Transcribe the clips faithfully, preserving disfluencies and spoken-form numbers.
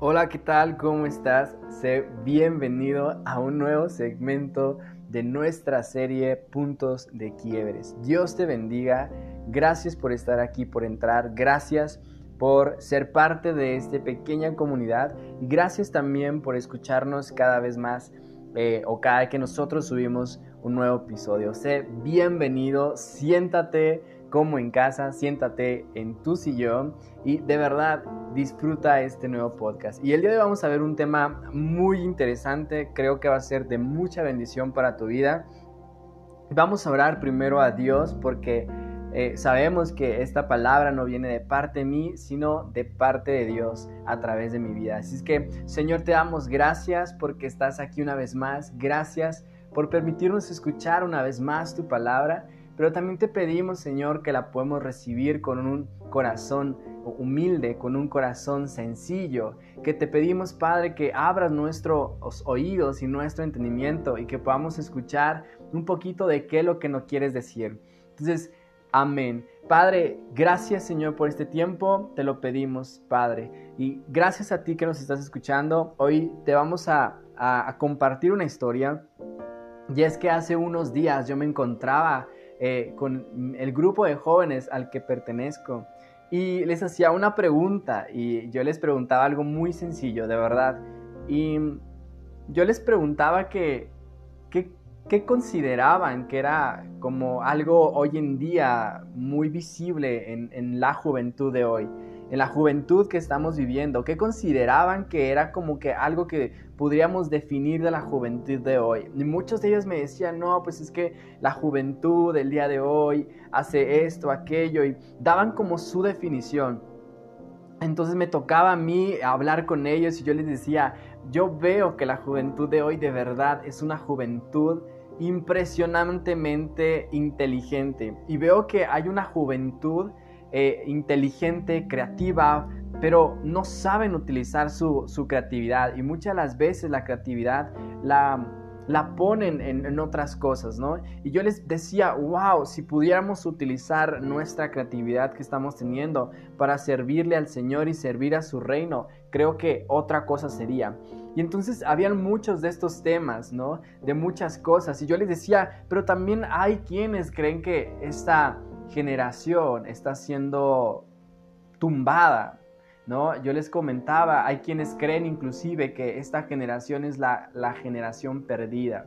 Hola, ¿qué tal? ¿Cómo estás? Sé bienvenido a un nuevo segmento de nuestra serie Puntos de Quiebres. Dios te bendiga. Gracias por estar aquí, por entrar. Gracias por ser parte de esta pequeña comunidad. Y gracias también por escucharnos cada vez más eh, o cada vez que nosotros subimos un nuevo episodio. Sé bienvenido. Siéntate como en casa, siéntate en tu sillón y de verdad disfruta este nuevo podcast. Y el día de hoy vamos a ver un tema muy interesante, creo que va a ser de mucha bendición para tu vida. Vamos a orar primero a Dios porque eh, sabemos que esta palabra no viene de parte de mí, sino de parte de Dios a través de mi vida. Así es que, Señor, te damos gracias porque estás aquí una vez más. Gracias por permitirnos escuchar una vez más tu palabra. Pero también te pedimos, Señor, que la podemos recibir con un corazón humilde, con un corazón sencillo. Que te pedimos, Padre, que abras nuestros oídos y nuestro entendimiento y que podamos escuchar un poquito de qué es lo que nos quieres decir. Entonces, amén. Padre, gracias, Señor, por este tiempo. Te lo pedimos, Padre. Y gracias a ti que nos estás escuchando. Hoy te vamos a, a, a compartir una historia. Y es que hace unos días yo me encontraba Eh, con el grupo de jóvenes al que pertenezco y les hacía una pregunta y yo les preguntaba algo muy sencillo, de verdad, y yo les preguntaba que, que, qué consideraban que era como algo hoy en día muy visible en, en la juventud de hoy, en la juventud que estamos viviendo, qué consideraban que era como que algo que podríamos definir de la juventud de hoy. Y muchos de ellos me decían, no, pues es que la juventud del día de hoy hace esto, aquello, y daban como su definición. Entonces me tocaba a mí hablar con ellos y yo les decía, yo veo que la juventud de hoy de verdad es una juventud impresionantemente inteligente. Y veo que hay una juventud eh, inteligente, creativa, pero no saben utilizar su, su creatividad. Y muchas de las veces la creatividad la... la ponen en, en otras cosas, ¿no? Y yo les decía, wow, si pudiéramos utilizar nuestra creatividad que estamos teniendo para servirle al Señor y servir a su reino, creo que otra cosa sería. Y entonces habían muchos de estos temas, ¿no? De muchas cosas. Y yo les decía, pero también hay quienes creen que esta generación está siendo tumbada, ¿no? Yo les comentaba, hay quienes creen inclusive que esta generación es la, la generación perdida.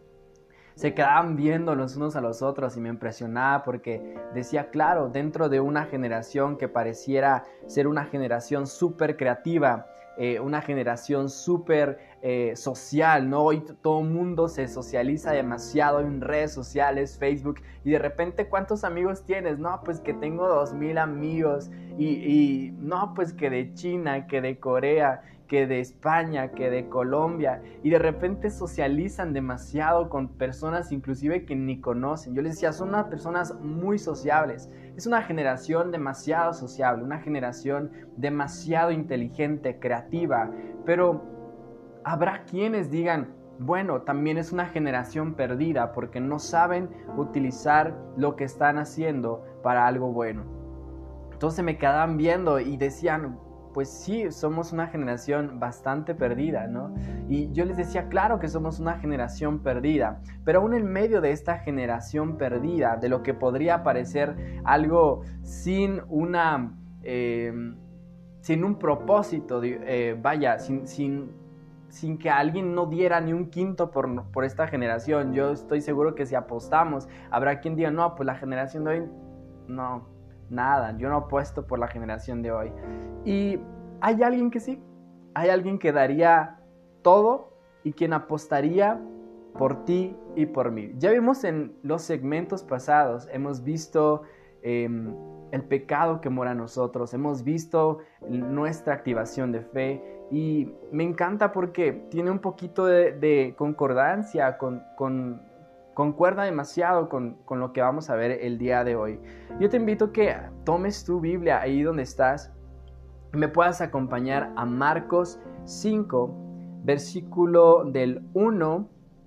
Se quedaban viendo los unos a los otros y me impresionaba porque decía, claro, dentro de una generación que pareciera ser una generación súper creativa, eh, una generación súper eh, social, ¿no? Hoy todo el mundo se socializa demasiado en redes sociales, Facebook, y de repente, ¿cuántos amigos tienes? No, pues que tengo dos mil amigos, y, y no, pues que de China, que de Corea, que de España, que de Colombia, y de repente socializan demasiado con personas inclusive que ni conocen. Yo les decía, son unas personas muy sociables. Es una generación demasiado sociable, una generación demasiado inteligente, creativa, pero habrá quienes digan, bueno, también es una generación perdida porque no saben utilizar lo que están haciendo para algo bueno. Entonces me quedaban viendo y decían, pues sí, somos una generación bastante perdida, ¿no? Y yo les decía, claro que somos una generación perdida, pero aún en medio de esta generación perdida, de lo que podría parecer algo sin una, eh, sin un propósito, eh, vaya, sin, sin, sin que alguien no diera ni un quinto por, por esta generación. Yo estoy seguro que si apostamos, habrá quien diga, no, pues la generación de hoy, no. Nada, yo no apuesto por la generación de hoy. Y hay alguien que sí, hay alguien que daría todo y quien apostaría por ti y por mí. Ya vimos en los segmentos pasados, hemos visto eh, el pecado que mora en nosotros, hemos visto nuestra activación de fe y me encanta porque tiene un poquito de, de concordancia con... con concuerda demasiado con, con lo que vamos a ver el día de hoy. Yo te invito a que tomes tu Biblia ahí donde estás y me puedas acompañar a Marcos cinco, versículo del uno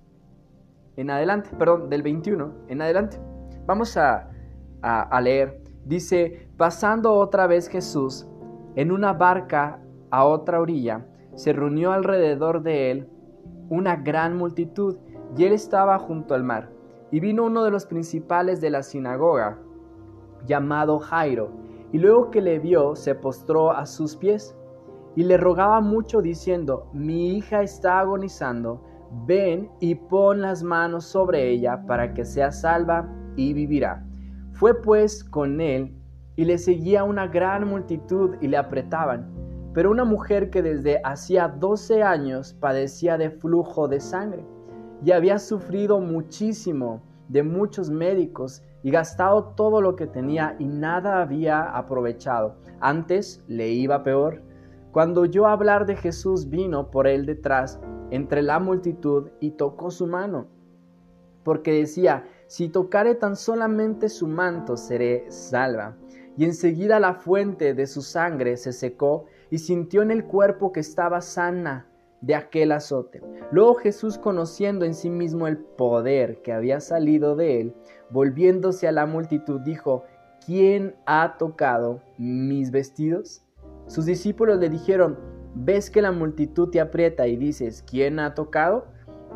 en adelante, perdón, del veintiuno en adelante. Vamos a, a, a leer. Dice, pasando otra vez Jesús en una barca a otra orilla, se reunió alrededor de él una gran multitud, y él estaba junto al mar. Y vino uno de los principales de la sinagoga, llamado Jairo, y luego que le vio, se postró a sus pies, y le rogaba mucho, diciendo: mi hija está agonizando, ven y pon las manos sobre ella, para que sea salva y vivirá. Fue pues con él, y le seguía una gran multitud, y le apretaban. Pero una mujer que desde hacía doce años padecía de flujo de sangre, y había sufrido muchísimo de muchos médicos, y gastado todo lo que tenía, y nada había aprovechado. Antes le iba peor. Cuando oyó hablar de Jesús, vino por él detrás, entre la multitud, y tocó su mano, porque decía: si tocare tan solamente su manto, seré salva. Y enseguida la fuente de su sangre se secó, y sintió en el cuerpo que estaba sana de aquel azote. Luego Jesús, conociendo en sí mismo el poder que había salido de él, volviéndose a la multitud, dijo: ¿quién ha tocado mis vestidos? Sus discípulos le dijeron: ¿ves que la multitud te aprieta y dices: ¿quién ha tocado?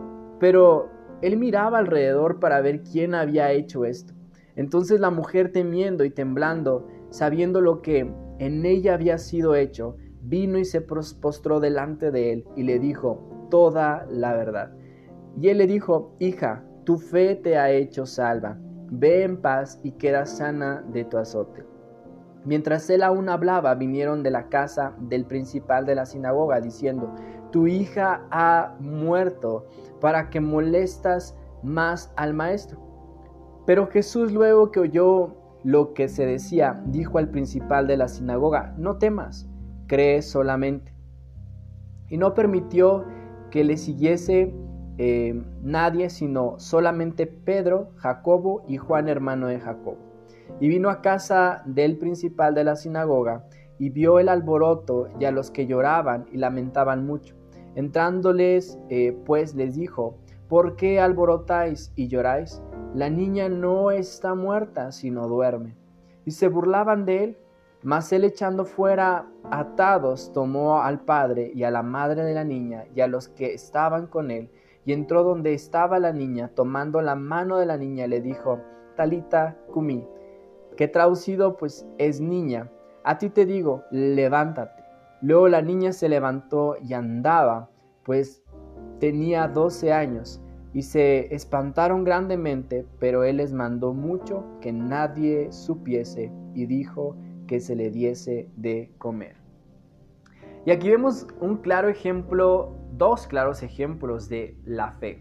Pero él miraba alrededor para ver quién había hecho esto. Entonces la mujer, temiendo y temblando, sabiendo lo que en ella había sido hecho, vino y se postró delante de él y le dijo toda la verdad. Y él le dijo: hija, tu fe te ha hecho salva. Ve en paz y queda sana de tu azote. Mientras él aún hablaba, vinieron de la casa del principal de la sinagoga, diciendo: tu hija ha muerto, ¿para qué molestas más al maestro? Pero Jesús, luego que oyó lo que se decía, dijo al principal de la sinagoga: no temas, cree solamente. Y no permitió que le siguiese eh, nadie, sino solamente Pedro, Jacobo y Juan, hermano de Jacobo. Y vino a casa del principal de la sinagoga, y vio el alboroto y a los que lloraban y lamentaban mucho. Entrándoles, eh, pues les dijo: ¿por qué alborotáis y lloráis? La niña no está muerta, sino duerme. Y se burlaban de él. Mas él, echando fuera atados, tomó al padre y a la madre de la niña y a los que estaban con él, y entró donde estaba la niña, tomando la mano de la niña, le dijo: Talita cumi, que traducido pues es niña, a ti te digo, levántate. Luego la niña se levantó y andaba, pues tenía doce años, y se espantaron grandemente, pero él les mandó mucho que nadie supiese, y dijo que se le diese de comer. Y aquí vemos un claro ejemplo, dos claros ejemplos de la fe.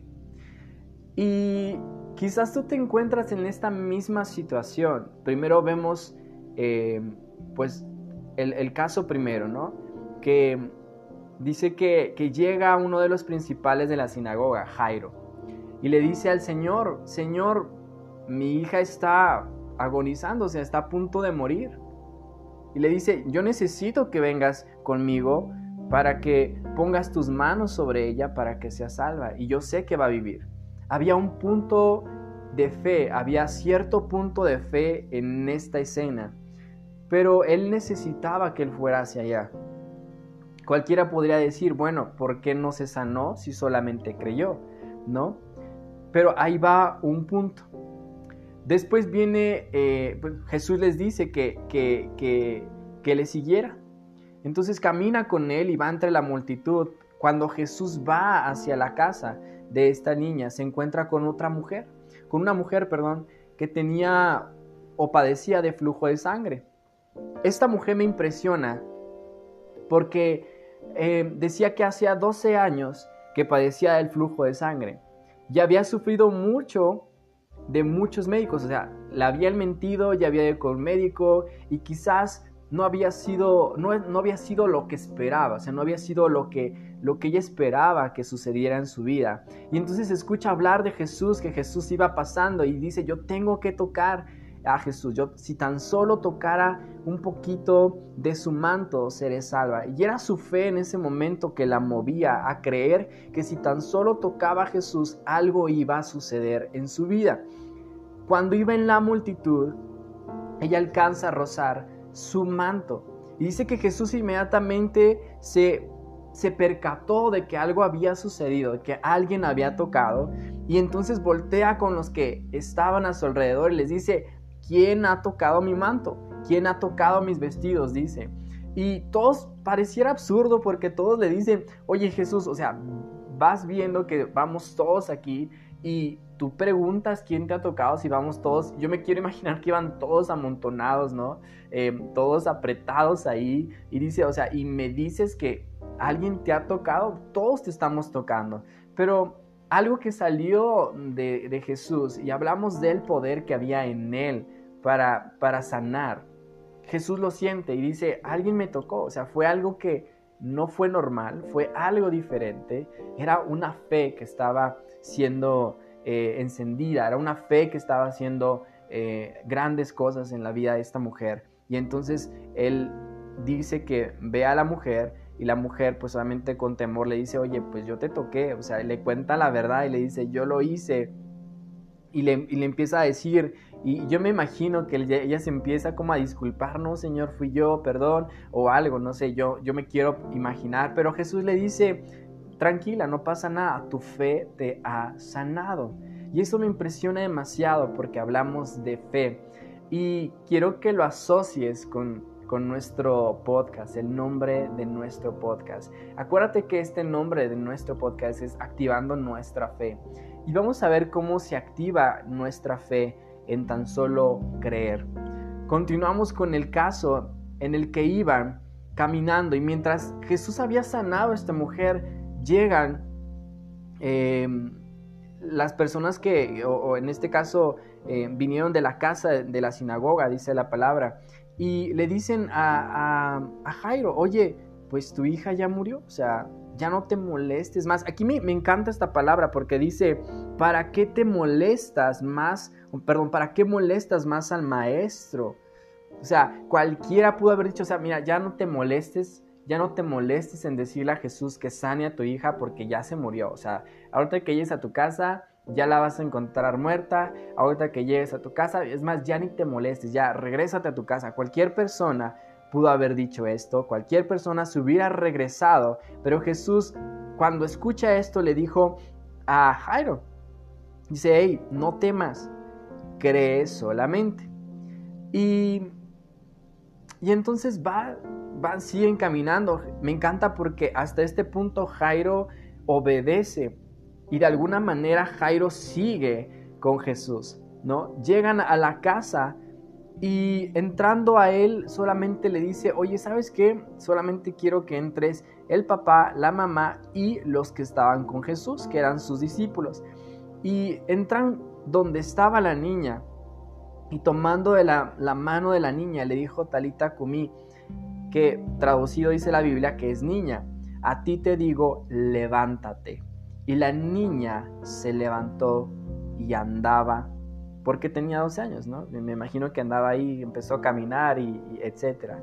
Y quizás tú te encuentras en esta misma situación. Primero vemos eh, pues el, el caso primero, ¿no? Que dice que, que llega uno de los principales de la sinagoga, Jairo, y le dice al Señor: Señor, mi hija está agonizando, o sea, está a punto de morir. Y le dice: yo necesito que vengas conmigo para que pongas tus manos sobre ella para que sea salva, y yo sé que va a vivir. Había un punto de fe, había cierto punto de fe en esta escena, pero él necesitaba que él fuera hacia allá. Cualquiera podría decir: bueno, ¿por qué no se sanó si solamente creyó? ¿No? Pero ahí va un punto. Después viene, eh, pues Jesús les dice que, que, que, que le siguiera. Entonces camina con él y va entre la multitud. Cuando Jesús va hacia la casa de esta niña, se encuentra con otra mujer, con una mujer, perdón, que tenía o padecía de flujo de sangre. Esta mujer me impresiona porque eh, decía que hacía doce años que padecía del flujo de sangre. Ya había sufrido mucho de muchos médicos, o sea, le habían mentido, ya había ido con médico y quizás no había sido, no, no había sido lo que esperaba, o sea, no había sido lo que, lo que ella esperaba que sucediera en su vida. Y entonces escucha hablar de Jesús, que Jesús iba pasando y dice: yo tengo que tocar a Jesús, yo si tan solo tocara un poquito de su manto seré salva. Y era su fe en ese momento que la movía a creer que si tan solo tocaba a Jesús algo iba a suceder en su vida. Cuando iba en la multitud, ella alcanza a rozar su manto y dice que Jesús inmediatamente se, se percató de que algo había sucedido, de que alguien había tocado, y entonces voltea con los que estaban a su alrededor y les dice: ¿quién ha tocado mi manto? ¿Quién ha tocado mis vestidos? Dice. Y todos, pareciera absurdo porque todos le dicen: oye Jesús, o sea, vas viendo que vamos todos aquí y tú preguntas quién te ha tocado si vamos todos. Yo me quiero imaginar que iban todos amontonados, ¿no? Eh, todos apretados ahí, y dice, o sea, y me dices que alguien te ha tocado. Todos te estamos tocando. Pero algo que salió de, de Jesús, y hablamos del poder que había en él para, para sanar. Jesús lo siente y dice: alguien me tocó. O sea, fue algo que no fue normal, fue algo diferente. Era una fe que estaba siendo eh, encendida, era una fe que estaba haciendo eh, grandes cosas en la vida de esta mujer. Y entonces él dice que ve a la mujer, y la mujer pues solamente con temor le dice: oye, pues yo te toqué. O sea, le cuenta la verdad y le dice: yo lo hice. Y le, y le empieza a decir, y yo me imagino que ella se empieza como a disculpar: no, Señor, fui yo, perdón, o algo, no sé, yo, yo me quiero imaginar. Pero Jesús le dice: tranquila, no pasa nada, tu fe te ha sanado. Y eso me impresiona demasiado porque hablamos de fe. Y quiero que lo asocies con, con nuestro podcast, el nombre de nuestro podcast. Acuérdate que este nombre de nuestro podcast es Activando Nuestra Fe. Y vamos a ver cómo se activa nuestra fe en tan solo creer. Continuamos con el caso en el que iban caminando, y mientras Jesús había sanado a esta mujer, llegan eh, las personas que, o, o en este caso, eh, vinieron de la casa de la sinagoga, dice la palabra, y le dicen a, a, a Jairo: oye, pues tu hija ya murió, o sea, ya no te molestes más. Aquí me, me encanta esta palabra porque dice: ¿para qué te molestas más? Perdón, ¿para qué molestas más al maestro? O sea, cualquiera pudo haber dicho: o sea, mira, ya no te molestes, ya no te molestes en decirle a Jesús que sane a tu hija porque ya se murió. O sea, ahorita que llegues a tu casa, ya la vas a encontrar muerta. Ahorita que llegues a tu casa, es más, ya ni te molestes, ya regrésate a tu casa. Cualquier persona pudo haber dicho esto, cualquier persona se hubiera regresado, pero Jesús, cuando escucha esto, le dijo a Jairo, dice: hey, no temas, cree solamente. Y, y entonces va, va, siguen caminando. Me encanta porque hasta este punto Jairo obedece, y de alguna manera Jairo sigue con Jesús, ¿no? Llegan a la casa, y entrando a él solamente le dice: oye, ¿sabes qué? Solamente quiero que entres el papá, la mamá y los que estaban con Jesús, que eran sus discípulos. Y entran donde estaba la niña, y tomando de la, la mano de la niña le dijo: Talita cumí, que traducido dice la Biblia que es niña, a ti te digo, levántate. Y la niña se levantó y andaba, porque tenía doce años, ¿no? Me imagino que andaba ahí, empezó a caminar y, y etcétera.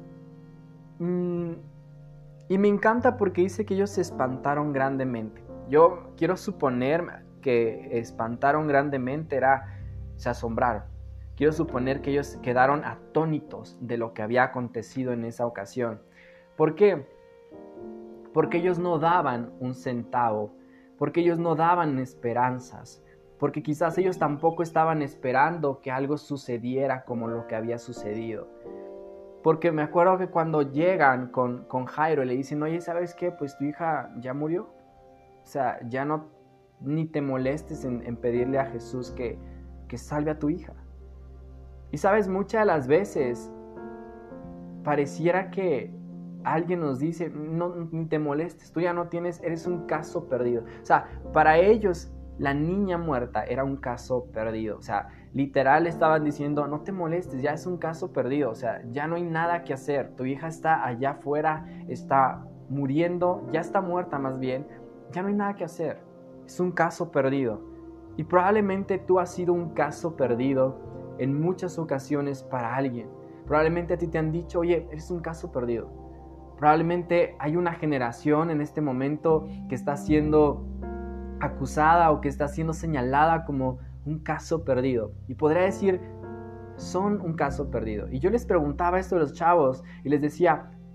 Mm, y me encanta porque dice que ellos se espantaron grandemente. Yo quiero suponer que espantaron grandemente era, se asombraron. Quiero suponer que ellos quedaron atónitos de lo que había acontecido en esa ocasión. ¿Por qué? Porque ellos no daban un centavo, porque ellos no daban esperanzas, porque quizás ellos tampoco estaban esperando que algo sucediera como lo que había sucedido. Porque me acuerdo que cuando llegan con, con Jairo le dicen: oye, ¿sabes qué? Pues tu hija ya murió. O sea, ya no, ni te molestes en, en pedirle a Jesús que, que salve a tu hija. Y sabes, muchas de las veces pareciera que alguien nos dice: no, ni te molestes, tú ya no tienes, eres un caso perdido. O sea, para ellos la niña muerta era un caso perdido. O sea, literal estaban diciendo: no te molestes, ya es un caso perdido. O sea, ya no hay nada que hacer. Tu hija está allá afuera, está muriendo, ya está muerta más bien. Ya no hay nada que hacer. Es un caso perdido. Y probablemente tú has sido un caso perdido en muchas ocasiones para alguien. Probablemente a ti te han dicho: oye, eres un caso perdido. Probablemente hay una generación en este momento que está siendo acusada o que está siendo señalada como un caso perdido. Y podría decir: son un caso perdido. Y yo les preguntaba esto a los chavos y les decía: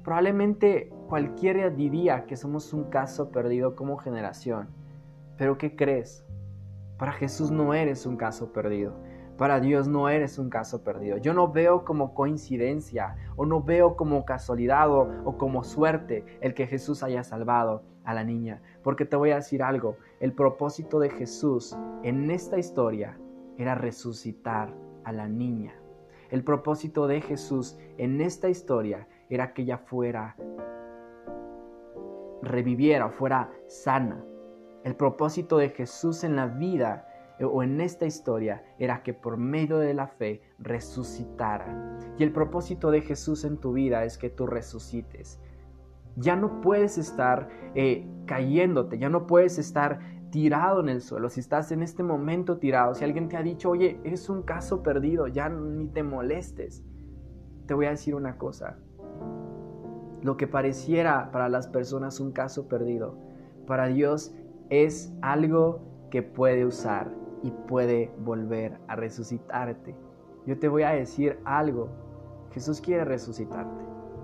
Probablemente cualquiera diría que somos un caso perdido como generación. Pero ¿qué crees? Para Jesús no eres un caso perdido. Para Dios no eres un caso perdido. Yo no veo como coincidencia o no veo como casualidad o, o como suerte el que Jesús haya salvado a la niña. Porque te voy a decir algo, el propósito de Jesús en esta historia era resucitar a la niña. El propósito de Jesús en esta historia era que ella fuera, reviviera, fuera sana. El propósito de Jesús en la vida o en esta historia era que por medio de la fe resucitara. Y el propósito de Jesús en tu vida es que tú resucites. Ya no puedes estar eh, cayéndote, ya no puedes estar tirado en el suelo. Si estás en este momento tirado, si alguien te ha dicho, oye, eres un caso perdido, ya ni te molestes. Te voy a decir una cosa. Lo que pareciera para las personas un caso perdido, para Dios es algo que puede usar y puede volver a resucitarte. Yo te voy a decir algo. Jesús quiere resucitarte.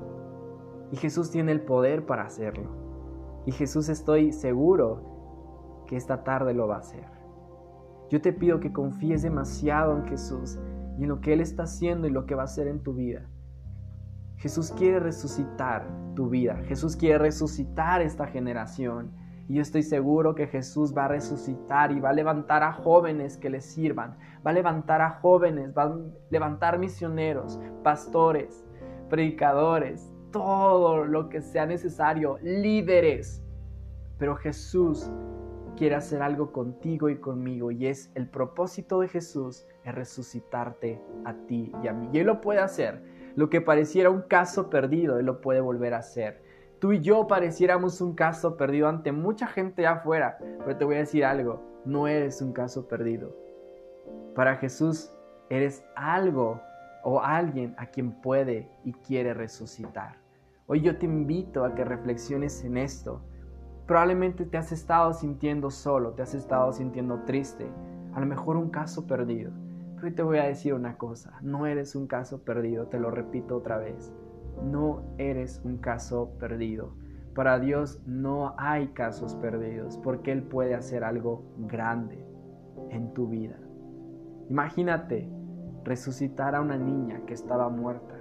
Y Jesús tiene el poder para hacerlo. Y Jesús, estoy seguro que esta tarde lo va a hacer. Yo te pido que confíes demasiado en Jesús y en lo que Él está haciendo y lo que va a hacer en tu vida. Jesús quiere resucitar tu vida. Jesús quiere resucitar esta generación. Y yo estoy seguro que Jesús va a resucitar y va a levantar a jóvenes que le sirvan. Va a levantar a jóvenes, va a levantar misioneros, pastores, predicadores, todo lo que sea necesario, líderes. Pero Jesús quiere hacer algo contigo y conmigo, y es el propósito de Jesús es resucitarte a ti y a mí. Y Él lo puede hacer. Lo que pareciera un caso perdido, Él lo puede volver a hacer. Tú y yo pareciéramos un caso perdido ante mucha gente allá afuera, pero te voy a decir algo, no eres un caso perdido. Para Jesús eres algo o alguien a quien puede y quiere resucitar. Hoy yo te invito a que reflexiones en esto. Probablemente te has estado sintiendo solo, te has estado sintiendo triste, a lo mejor un caso perdido. Pero hoy te voy a decir una cosa, no eres un caso perdido, te lo repito otra vez. No eres un caso perdido. Para Dios no hay casos perdidos, porque Él puede hacer algo grande en tu vida. Imagínate resucitar a una niña que estaba muerta.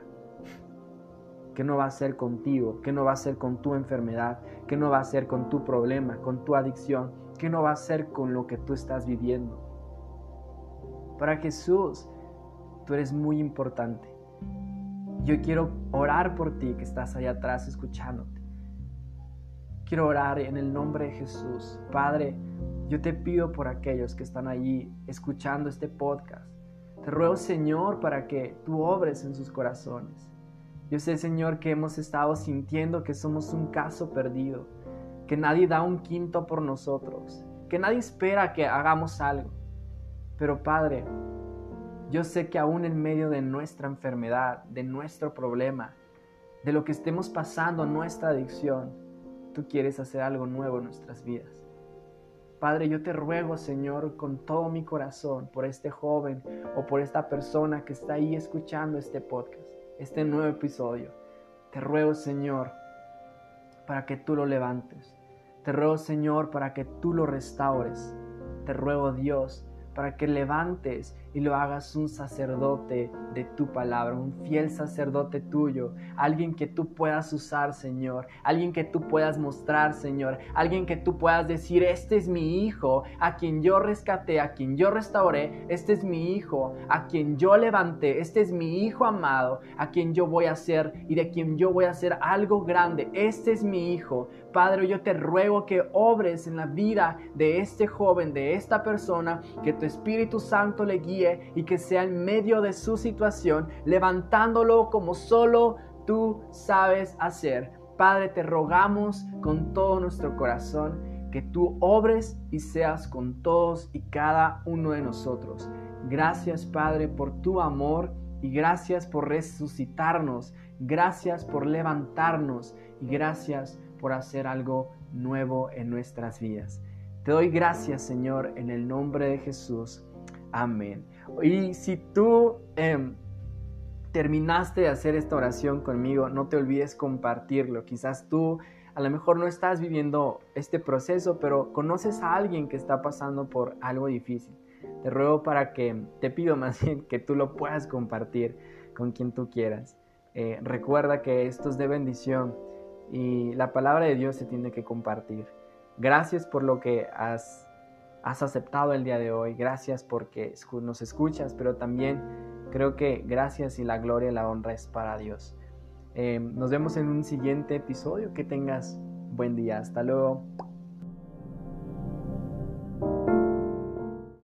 ¿Qué no va a hacer contigo? ¿Qué no va a hacer con tu enfermedad? ¿Qué no va a hacer con tu problema, con tu adicción? ¿Qué no va a hacer con lo que tú estás viviendo? Para Jesús, tú eres muy importante. Yo quiero orar por ti que estás allá atrás escuchándote. Quiero orar en el nombre de Jesús. Padre, yo te pido por aquellos que están allí escuchando este podcast. Te ruego, Señor, para que tú obres en sus corazones. Yo sé, Señor, que hemos estado sintiendo que somos un caso perdido, que nadie da un quinto por nosotros, que nadie espera que hagamos algo. Pero, Padre, yo sé que aún en medio de nuestra enfermedad, de nuestro problema, de lo que estemos pasando, nuestra adicción, tú quieres hacer algo nuevo en nuestras vidas. Padre, yo te ruego, Señor, con todo mi corazón, por este joven o por esta persona que está ahí escuchando este podcast, este nuevo episodio. Te ruego, Señor, para que tú lo levantes. Te ruego, Señor, para que tú lo restaures. Te ruego, Dios, para que levantes y lo hagas un sacerdote de tu palabra, un fiel sacerdote tuyo, alguien que tú puedas usar, Señor, alguien que tú puedas mostrar, Señor, alguien que tú puedas decir, este es mi hijo, a quien yo rescaté, a quien yo restauré, este es mi hijo, a quien yo levanté, este es mi hijo amado, a quien yo voy a hacer y de quien yo voy a hacer algo grande, este es mi hijo. Padre, yo te ruego que obres en la vida de este joven, de esta persona, que tu Espíritu Santo le guíe y que sea en medio de su situación, levantándolo como solo tú sabes hacer. Padre, te rogamos con todo nuestro corazón que tú obres y seas con todos y cada uno de nosotros. Gracias, Padre, por tu amor y gracias por resucitarnos. Gracias por levantarnos y gracias por hacer algo nuevo en nuestras vidas. Te doy gracias, Señor, en el nombre de Jesús. Amén. Y si tú eh, terminaste de hacer esta oración conmigo, no te olvides compartirlo. Quizás tú a lo mejor no estás viviendo este proceso, pero conoces a alguien que está pasando por algo difícil. Te ruego para que, te pido más bien que tú lo puedas compartir con quien tú quieras. Eh, recuerda que esto es de bendición y la palabra de Dios se tiene que compartir. Gracias por lo que has, has aceptado el día de hoy. Gracias porque nos escuchas, pero también creo que gracias y la gloria y la honra es para Dios. Eh, nos vemos en un siguiente episodio. Que tengas buen día. Hasta luego.